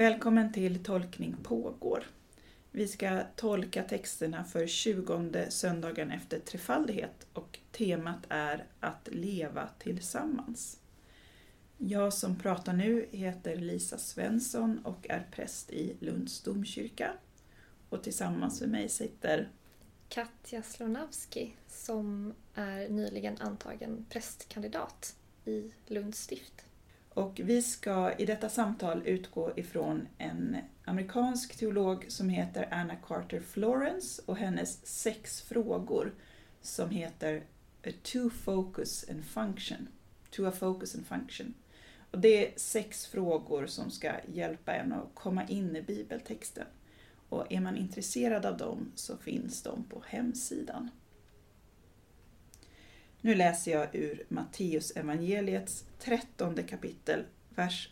Välkommen till Tolkning pågår. Vi ska tolka texterna för 20:e söndagen efter trefaldighet och temat är att leva tillsammans. Jag som pratar nu heter Lisa Svensson och är präst i Lunds domkyrka. Och tillsammans med mig sitter Katja Slonowski som är nyligen antagen prästkandidat i Lunds stift. Och vi ska i detta samtal utgå ifrån en amerikansk teolog som heter Anna Carter Florence och hennes 6 frågor som heter To a Focus and Function. Och det är 6 frågor som ska hjälpa en att komma in i bibeltexten. Och är man intresserad av dem så finns de på hemsidan. Nu läser jag ur Matteus evangeliets 13:e kapitel, vers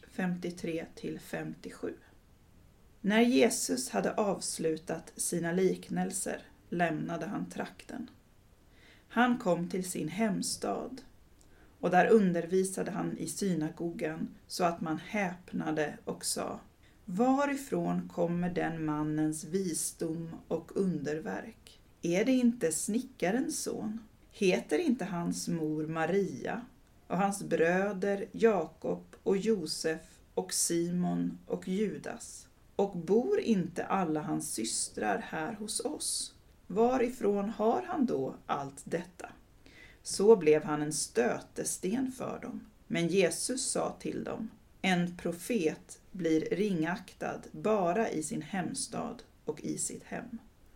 53-57. När Jesus hade avslutat sina liknelser lämnade han trakten. Han kom till sin hemstad och där undervisade han i synagogan så att man häpnade och sa: Varifrån kommer den mannens visdom och underverk? Är det inte snickarens son? Heter inte hans mor Maria och hans bröder Jakob och Josef och Simon och Judas? Och bor inte alla hans systrar här hos oss? Varifrån har han då allt detta? Så blev han en stötesten för dem. Men Jesus sa till dem: En profet blir ringaktad bara i sin hemstad och i sitt hem.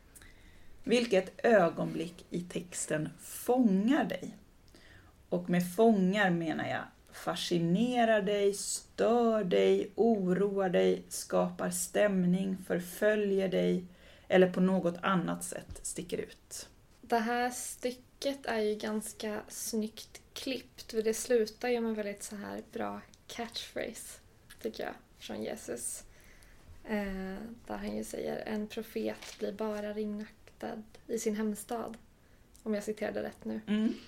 Vilket ögonblick i texten fångar dig? Och med fångar menar jag fascinerar dig, stör dig, oroar dig, skapar stämning, förföljer dig eller på något annat sätt sticker ut. Det här stycket är ju ganska snyggt klippt. För det slutar ju med väldigt så här bra catchphrase, tycker jag, från Jesus. Där han ju säger: En profet blir bara ringaktad i sin hemstad. Om jag citerade rätt nu.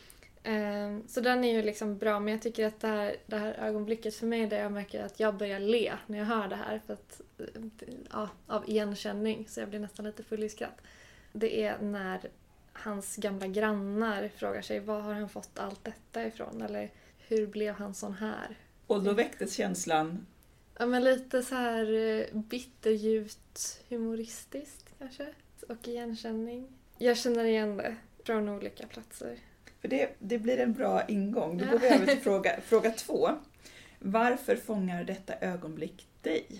Så den är ju liksom bra, men jag tycker att det här ögonblicket för mig där jag märker att jag börjar le när jag hör det här. För att, ja, av igenkänning, så jag blir nästan lite full i skratt. Det är när hans gamla grannar frågar sig: var har han fått allt detta ifrån? Eller hur blev han sån här? Och då väcktes känslan? Ja, men lite så här bitterljuvt humoristiskt kanske. Och igenkänning. Jag känner igen det från olika platser. För det blir en bra ingång. Då går vi över till fråga 2. Varför fångar detta ögonblick dig?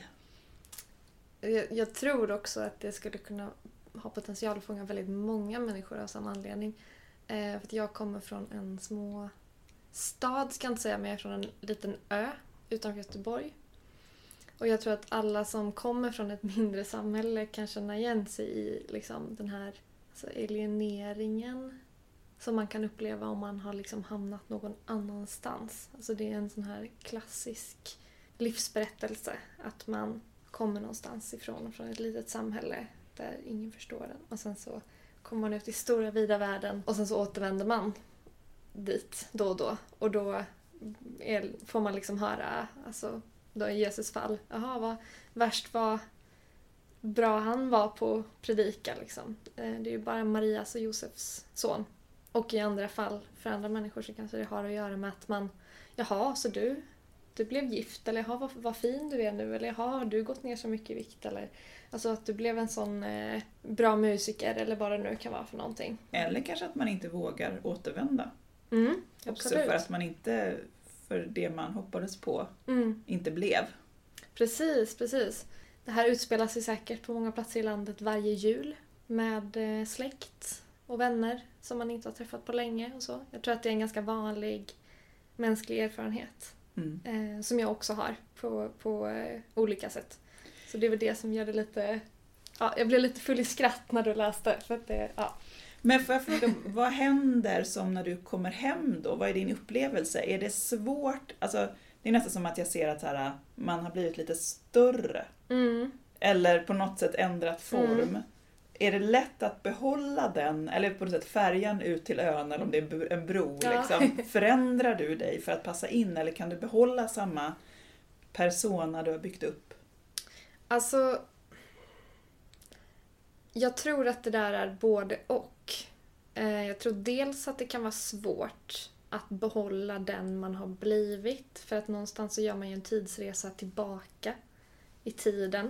Jag tror också att det skulle kunna ha potential att fånga väldigt många människor av samma anledning. För att jag kommer från en små stad, ska jag inte säga, men jag är från en liten ö utanför Göteborg. Och jag tror att alla som kommer från ett mindre samhälle kan känna igen sig i liksom den här alieneringen som man kan uppleva om man har liksom hamnat någon annanstans. Alltså det är en sån här klassisk livsberättelse att man kommer någonstans ifrån, från ett litet samhälle där ingen förstår den. Och sen så kommer man ut i stora vida världen och sen så återvänder man dit då och då. Och då får man liksom höra, alltså då i Jesus fall, vad värst vad bra han var på predika liksom. Det är ju bara Marias och Josefs son. Och i andra fall, för andra människor, så kanske det har att göra med att man, så du blev gift, eller vad fin du är nu, eller har du gått ner så mycket i vikt, eller alltså att du blev en sån bra musiker, eller vad det nu kan vara för någonting. Eller kanske att man inte vågar återvända. Också absolut. för att man inte, för det man hoppades på, inte blev. Precis. Det här utspelar sig säkert på många platser i landet varje jul med släkt och vänner som man inte har träffat på länge och så. Jag tror att det är en ganska vanlig mänsklig erfarenhet som jag också har på olika sätt. Så det är väl det som gör det lite... Ja, jag blev lite full i skratt när du läste. För att det, ja. Men får jag fråga, vad händer som när du kommer hem då? Vad är din upplevelse? Är det svårt? Alltså, det är nästan som att jag ser att man har blivit lite större. Eller på något sätt ändrat form. Är det lätt att behålla den, eller på något sätt färjan ut till ön, eller om det är en bro, liksom, förändrar du dig för att passa in, eller kan du behålla samma persona du har byggt upp? Alltså, jag tror att det där är både och. Jag tror dels att det kan vara svårt att behålla den man har blivit. För att någonstans så gör man ju en tidsresa tillbaka i tiden.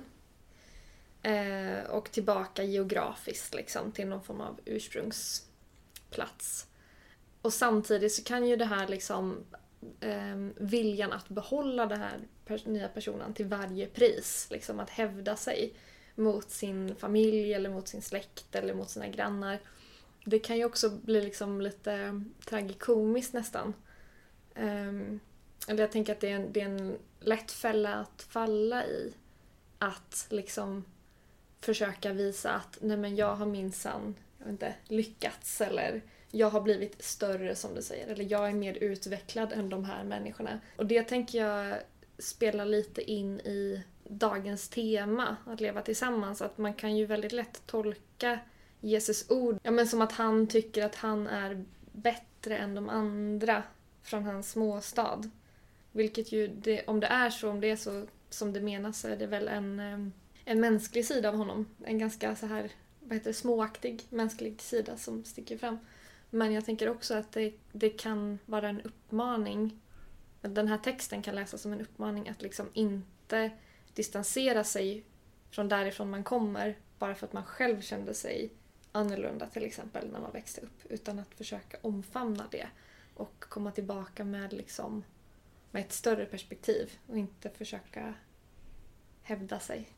Och tillbaka geografiskt liksom, till någon form av ursprungsplats. Och samtidigt så kan ju det här liksom viljan att behålla den här nya personen till varje pris. Liksom att hävda sig mot sin familj eller mot sin släkt eller mot sina grannar. Det kan ju också bli liksom lite tragikomiskt nästan. Eller jag tänker att det är en lätt fälla att falla i. Att liksom försöka visa att nej men jag har minsann, jag vet inte, lyckats eller jag har blivit större som du säger. Eller jag är mer utvecklad än de här människorna. Och det tänker jag spelar lite in i dagens tema, att leva tillsammans. Att man kan ju väldigt lätt tolka Jesus ord men som att han tycker att han är bättre än de andra från hans småstad. Vilket ju, om det är så som det menas, så är det väl en mänsklig sida av honom. En ganska så här, småaktig mänsklig sida som sticker fram. Men jag tänker också att det kan vara en uppmaning. Den här texten kan läsas som en uppmaning att liksom inte distansera sig från därifrån man kommer bara för att man själv kände sig annorlunda till exempel när man växte upp. Utan att försöka omfamna det och komma tillbaka med ett större perspektiv och inte försöka hävda sig.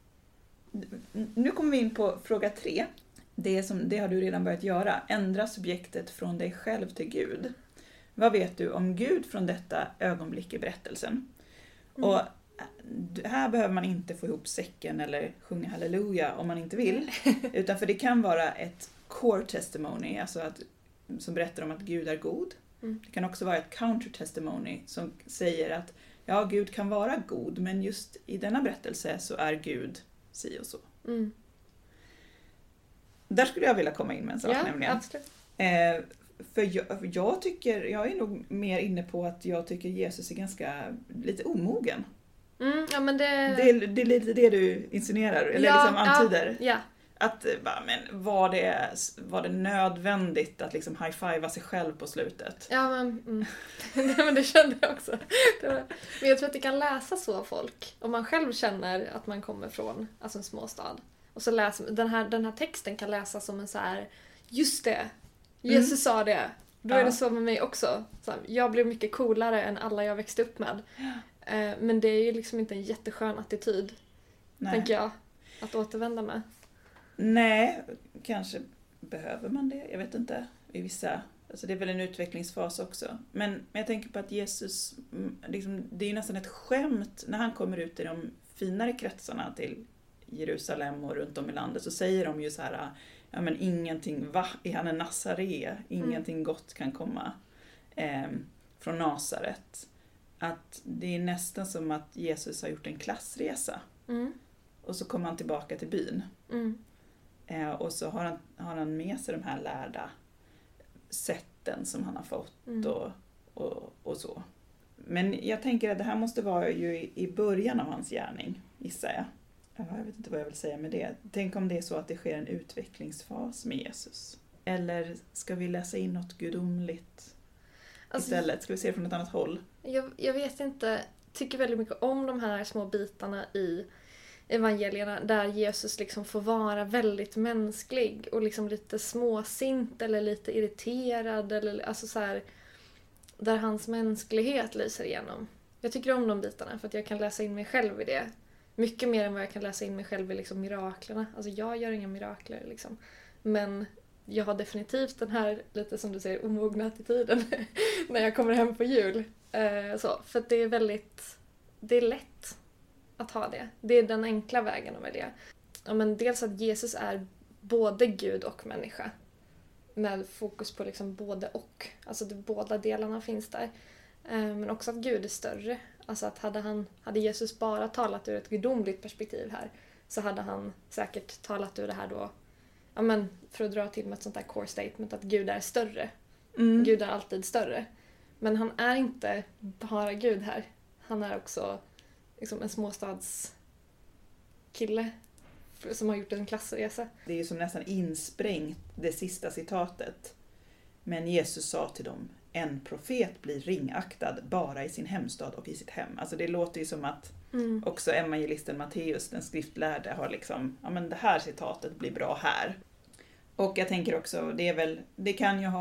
Nu kommer vi in på fråga 3. Det har du redan börjat göra. Ändra subjektet från dig själv till Gud. Vad vet du om Gud från detta ögonblick i berättelsen? Och här behöver man inte få ihop säcken eller sjunga halleluja om man inte vill. Utan för det kan vara ett core testimony, alltså som berättar om att Gud är god. Det kan också vara ett counter testimony som säger att ja, Gud kan vara god, men just i denna berättelse så är Gud si och så. Där skulle jag vilja komma in med en sak nämligen. Absolut. För jag är nog mer inne på att jag tycker Jesus är ganska lite omogen. Ja, men det är lite det du insinuerar, eller liksom antyder. Ja. Att men var det nödvändigt att liksom high-fivea sig själv på slutet? Ja, men det kände jag också. Men jag tror att det kan läsa så av folk. Om man själv känner att man kommer från en småstad. Och så läser den här texten kan läsas som en så här, just det, Jesus sa det. Då är det så med mig också. Så här, jag blev mycket coolare än alla jag växte upp med. Men det är ju liksom inte en jätteskön attityd, tänker jag, att återvända med. Nej, kanske behöver man det. Jag vet inte. I vissa, alltså det är väl en utvecklingsfas också. Men jag tänker på att Jesus, liksom, det är ju nästan ett skämt när han kommer ut i de finare kretsarna till Jerusalem och runt om i landet, så säger de ju så här, ja men ingenting, är han en Nazare? Ingenting gott kan komma från Nasaret. Att det är nästan som att Jesus har gjort en klassresa. Och så kommer han tillbaka till byn. Och så har han med sig de här lärda sätten som han har fått och så. Men jag tänker att det här måste vara ju i början av hans gärning, gissar jag. Jag vet inte vad jag vill säga med det. Tänk om det är så att det sker en utvecklingsfas med Jesus. Eller ska vi läsa in något gudomligt istället? Ska vi se det från ett annat håll? Jag vet inte. Tycker väldigt mycket om de här små bitarna i evangelierna där Jesus liksom får vara väldigt mänsklig och liksom lite småsint eller lite irriterad eller alltså så här, där hans mänsklighet lyser igenom. Jag tycker om de bitarna för att jag kan läsa in mig själv i det. Mycket mer än vad jag kan läsa in mig själv i liksom miraklerna. Alltså jag gör inga mirakler liksom. Men jag har definitivt den här, lite som du säger, omogna attityden när jag kommer hem på jul. För att det är lätt att ha det. Det är den enkla vägen att välja. Ja, men dels att Jesus är både Gud och människa. Med fokus på liksom både och. Alltså båda delarna finns där. Men också att Gud är större. Alltså att hade Jesus bara talat ur ett gudomligt perspektiv här, så hade han säkert talat ur det här då, ja men för att dra till med ett sånt där core statement att Gud är större. Gud är alltid större. Men han är inte bara Gud här. Han är också liksom en småstadskille kille som har gjort en klassresa. Det är ju som nästan insprängt det sista citatet. Men Jesus sa till dem, en profet blir ringaktad bara i sin hemstad och i sitt hem. Alltså det låter ju som att också evangelisten Matteus, den skriftlärde, har liksom, ja men det här citatet blir bra här. Och jag tänker också, det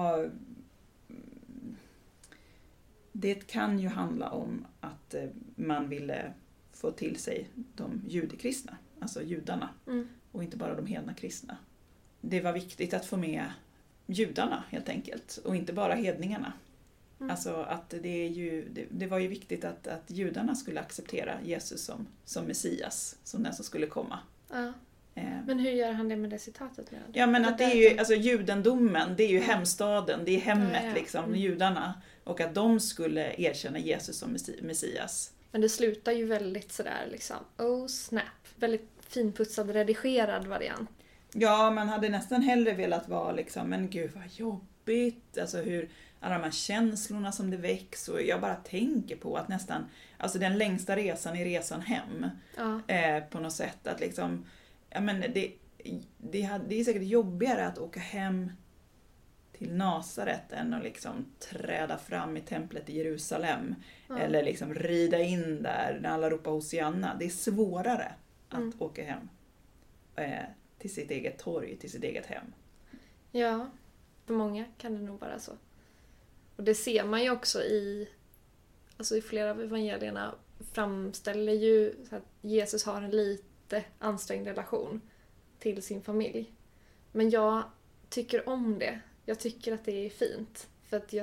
kan ju handla om att man ville få till sig de judekristna, alltså judarna, och inte bara de hedna kristna. Det var viktigt att få med judarna helt enkelt, och inte bara hedningarna. Alltså att det var ju viktigt att judarna skulle acceptera Jesus som Messias, som den som skulle komma. Ja. Men hur gör han det med det citatet? Ja, men att det är ju, alltså judendomen, det är ju hemstaden, det är hemmet liksom, judarna. Och att de skulle erkänna Jesus som Messias. Men det slutar ju väldigt sådär liksom, oh snap, väldigt finputsad, redigerad variant. Ja, man hade nästan hellre velat vara liksom, men gud vad jobbigt, alltså hur alla de här känslorna som det väcks, och jag bara tänker på att nästan, alltså den längsta resan är resan hem. På något sätt att liksom, ja men det är säkert jobbigare att åka hem till Nasaret än att liksom träda fram i templet i Jerusalem. Eller liksom rida in där när alla ropar Hosianna. Det är svårare att åka hem till sitt eget torg, till sitt eget hem. Ja, för många kan det nog vara så. Och det ser man ju också i flera av evangelierna framställer ju att Jesus har en lite ansträngd relation till sin familj. Men jag tycker om det. Jag tycker att det är fint. För att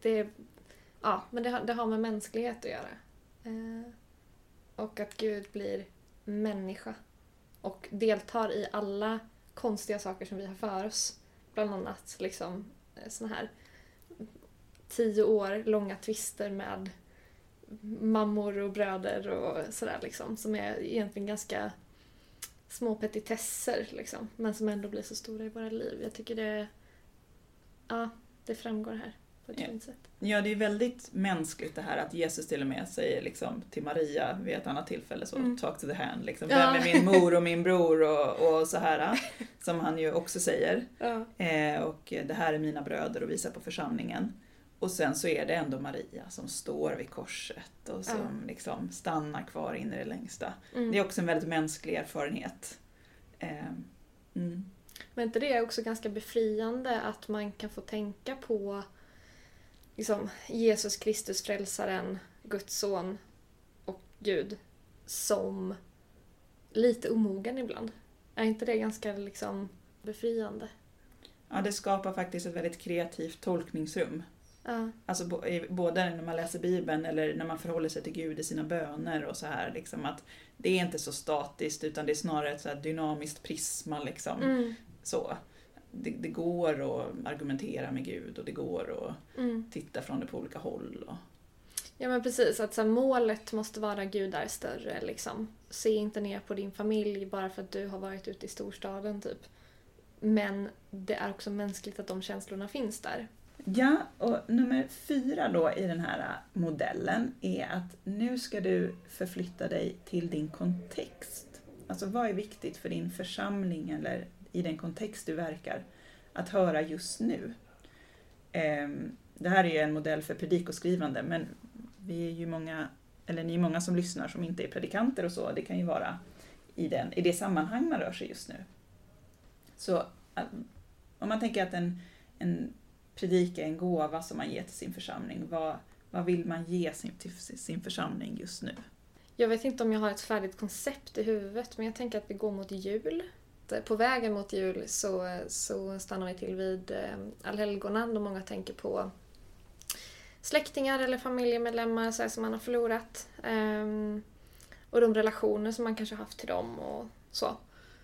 det har med mänsklighet att göra. Och att Gud blir människa. Och deltar i alla konstiga saker som vi har för oss. Bland annat liksom såna här 10 år långa tvister med mammor och bröder och sådär liksom. Som är egentligen ganska små petitesser liksom. Men som ändå blir så stora i våra liv. Jag tycker det framgår här på ett fint sätt. Ja, det är väldigt mänskligt det här att Jesus till och med säger liksom till Maria vid ett annat tillfälle så talk to the hand. Liksom, vem är min mor och min bror och så här. Som han ju också säger. Och det här är mina bröder och visar på församlingen. Och sen så är det ändå Maria som står vid korset och som liksom stannar kvar in i det längsta. Det är också en väldigt mänsklig erfarenhet. Men inte det är också ganska befriande att man kan få tänka på liksom, Jesus Kristus, frälsaren, Guds son och Gud som lite omogen ibland? Är inte det ganska liksom, befriande? Ja, det skapar faktiskt ett väldigt kreativt tolkningsrum. Alltså både när man läser Bibeln eller när man förhåller sig till Gud i sina böner och så här liksom, att det är inte så statiskt utan det är snarare ett så här dynamiskt prisma liksom. Så det går att argumentera med Gud och det går att titta från det på olika håll och... Ja men precis, att så här, målet måste vara Gud är större liksom. Se inte ner på din familj bara för att du har varit ute i storstaden typ. Men det är också mänskligt att de känslorna finns där. Ja, och nummer 4 då i den här modellen är att nu ska du förflytta dig till din kontext. Alltså vad är viktigt för din församling eller i den kontext du verkar att höra just nu. Det här är ju en modell för predikoskrivande, men vi är ju många, eller ni är många som lyssnar som inte är predikanter och så. Det kan ju vara i det sammanhang man rör sig just nu. Så om man tänker att en predika är en gåva som man ger till sin församling, vad vill man ge till sin församling just nu? Jag vet inte om jag har ett färdigt koncept i huvudet, men jag tänker att vi går mot jul. På vägen mot jul så stannar vi till vid allhelgona, då många tänker på släktingar eller familjemedlemmar så här, som man har förlorat. Och de relationer som man kanske haft till dem och så.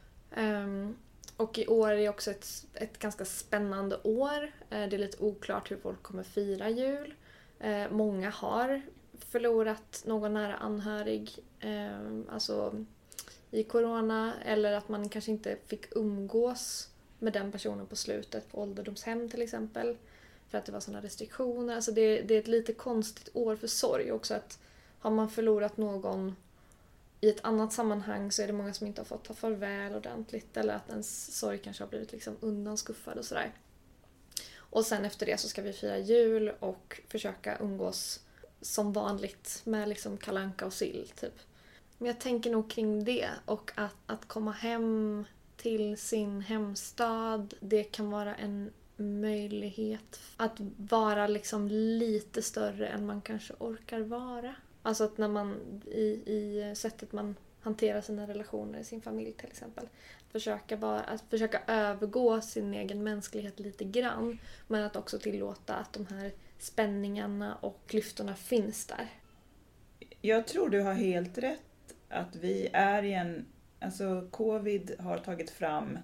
Och i år är det också ett ganska spännande år. Det är lite oklart hur folk kommer fira jul. Många har förlorat någon nära anhörig. Alltså i corona. Eller att man kanske inte fick umgås med den personen på slutet på ålderdomshem till exempel. För att det var sådana restriktioner. Alltså det är ett lite konstigt år för sorg också. Att har man förlorat någon i ett annat sammanhang så är det många som inte har fått ta farväl ordentligt. Eller att ens sorg kanske har blivit liksom undanskuffad och sådär. Och sen efter det så ska vi fira jul och försöka umgås som vanligt med liksom Kalle Anka och sill typ. Men jag tänker nog kring det och att komma hem till sin hemstad, det kan vara en möjlighet att vara liksom lite större än man kanske orkar vara. Alltså att när man i sättet man hanterar sina relationer i sin familj till exempel. Att försöka övergå sin egen mänsklighet lite grann. Men att också tillåta att de här spänningarna och klyftorna finns där. Jag tror du har helt rätt att vi är i en... Alltså covid har tagit fram...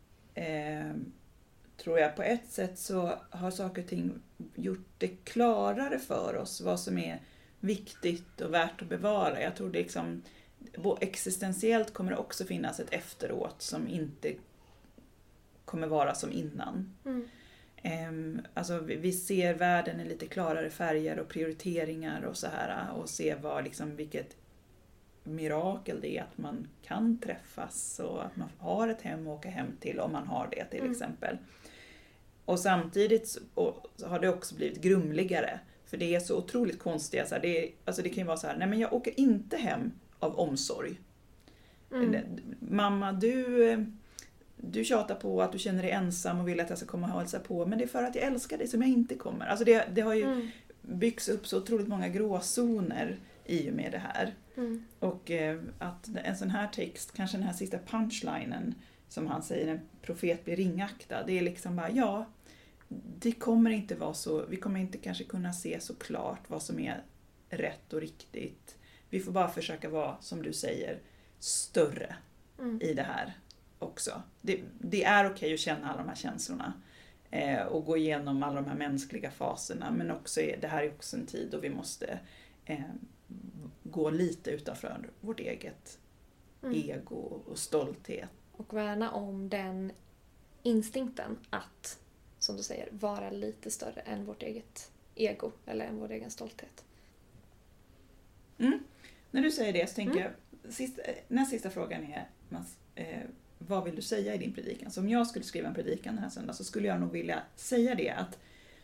tror jag på ett sätt så har saker och ting gjort det klarare för oss vad som är viktigt och värt att bevara. Jag tror det liksom... Existentiellt kommer det också finnas ett efteråt som inte kommer vara som innan. Alltså vi ser världen i lite klarare färger och prioriteringar och så här och ser vad liksom, vilket mirakel det är att man kan träffas och att man har ett hem att åka hem till om man har det till exempel. Och samtidigt så har det också blivit grumligare för det är så otroligt konstiga så här, det kan ju vara så här, nej men jag åker inte hem av omsorg. Mamma, du tjatar på att du känner dig ensam och vill att jag ska komma och hälsa på. Men det är för att jag älskar dig som jag inte kommer. Alltså det har ju byggts upp så otroligt många gråzoner i och med det här. Och att en sån här text, kanske den här sista punchlinen som han säger, en profet blir ringaktad. Det är liksom bara, det kommer inte vara så, vi kommer inte kanske kunna se så klart vad som är rätt och riktigt. Vi får bara försöka vara, som du säger, större i det här också. Det är okej att känna alla de här känslorna och gå igenom alla de här mänskliga faserna. Men också det här är också en tid då vi måste gå lite utanför vårt eget ego och stolthet. Och värna om den instinkten att, som du säger, vara lite större än vårt eget ego eller än vår egen stolthet. När du säger det så tänker jag, nästa sista frågan är vad vill du säga i din predikan? Så om jag skulle skriva en predikan den här söndag så skulle jag nog vilja säga det att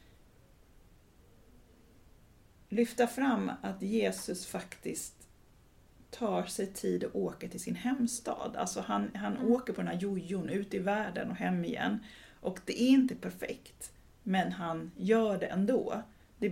lyfta fram att Jesus faktiskt tar sig tid att åka till sin hemstad. Alltså han åker på den här jojon ut i världen och hem igen. Och det är inte perfekt, men han gör det ändå.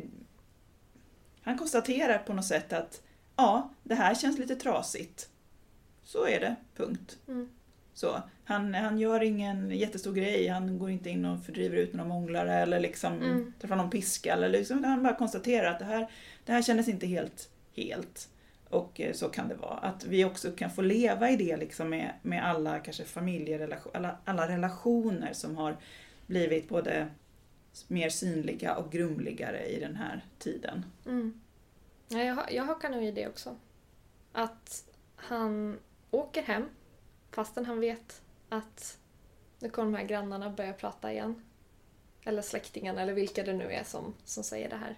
Han konstaterar på något sätt att det här känns lite trasigt. Så är det, punkt. Så, han gör ingen jättestor grej, han går inte in och fördriver ut några månglare eller liksom träffar någon piska. Eller liksom, han bara konstaterar att det här kändes inte helt. Och så kan det vara. Att vi också kan få leva i det liksom med alla kanske familjerelationer, alla relationer som har blivit både mer synliga och grumligare i den här tiden. Ja, jag hakar nog i det också. Att han åker hem fastän han vet att nu kommer de här grannarna börja prata igen. Eller släktingarna eller vilka det nu är som säger det här.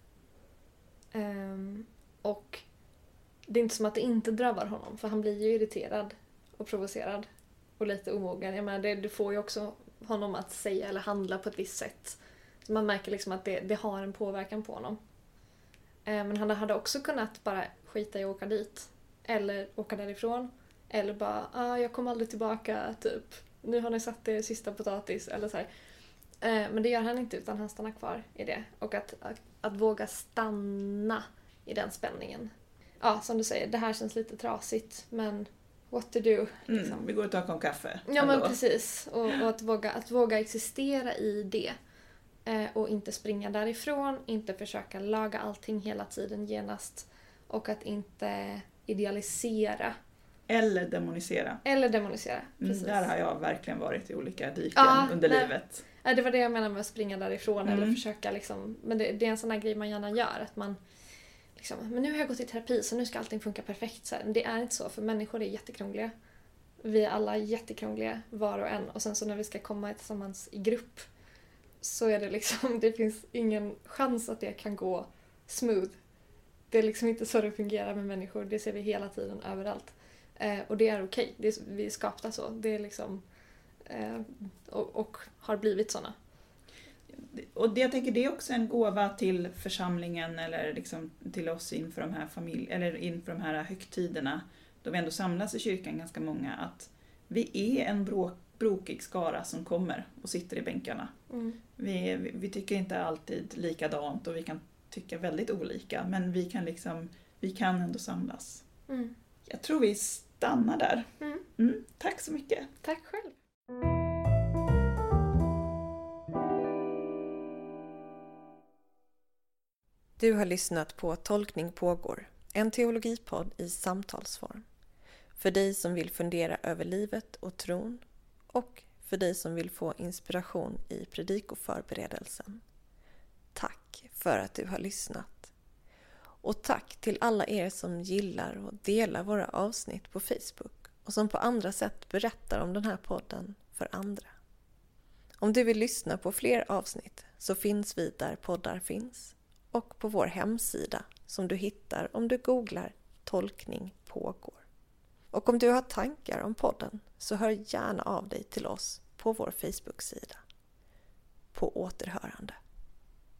Och det är inte som att det inte drabbar honom, för han blir ju irriterad och provocerad och lite omogen. Jag menar, det får ju också honom att säga eller handla på ett visst sätt. Så man märker liksom att det har en påverkan på honom. Men han hade också kunnat bara skita i att åka dit. Eller åka därifrån. Eller bara, jag kommer aldrig tillbaka, typ. Nu har ni satt er sista potatis, eller så här. Men det gör han inte, utan han stannar kvar i det. Och att våga stanna i den spänningen. Ja, som du säger, det här känns lite trasigt, men what to do. Liksom. Vi går och tar en kopp kaffe. Ja, men precis. Och att våga existera i det. Och inte springa därifrån, inte försöka laga allting hela tiden genast. Och att inte idealisera. Eller demonisera. Precis. Där har jag verkligen varit i olika diken under livet. Det var det jag menade med att springa därifrån. Eller försöka liksom, men det är en sån här grej man gärna gör. Att man liksom, men nu har jag gått i terapi så nu ska allting funka perfekt. Så här. Men det är inte så, för människor är jättekrångliga. Vi är alla jättekrångliga, var och en. Och sen så när vi ska komma tillsammans i grupp så är det liksom, det finns ingen chans att det kan gå smooth. Det är liksom inte så det fungerar med människor. Det ser vi hela tiden överallt. Och det är okej. Vi är skapta så. Det är liksom... och har blivit såna. Och jag tänker det är också en gåva till församlingen eller liksom till oss inför de här inför de här högtiderna då vi ändå samlas i kyrkan ganska många, att vi är en brokig skara som kommer och sitter i bänkarna. Vi tycker inte alltid likadant och vi kan tycka väldigt olika, men vi kan ändå samlas. Jag tror vi stannar där. Tack så mycket. Tack själv. Du har lyssnat på Tolkning pågår, en teologipodd i samtalsform. För dig som vill fundera över livet och tron och för dig som vill få inspiration i predikoförberedelsen. Tack för att du har lyssnat. Och tack till alla er som gillar och delar våra avsnitt på Facebook och som på andra sätt berättar om den här podden för andra. Om du vill lyssna på fler avsnitt så finns vi där poddar finns och på vår hemsida som du hittar om du googlar Tolkning pågår. Och om du har tankar om podden så hör gärna av dig till oss på vår Facebook-sida. På återhörande.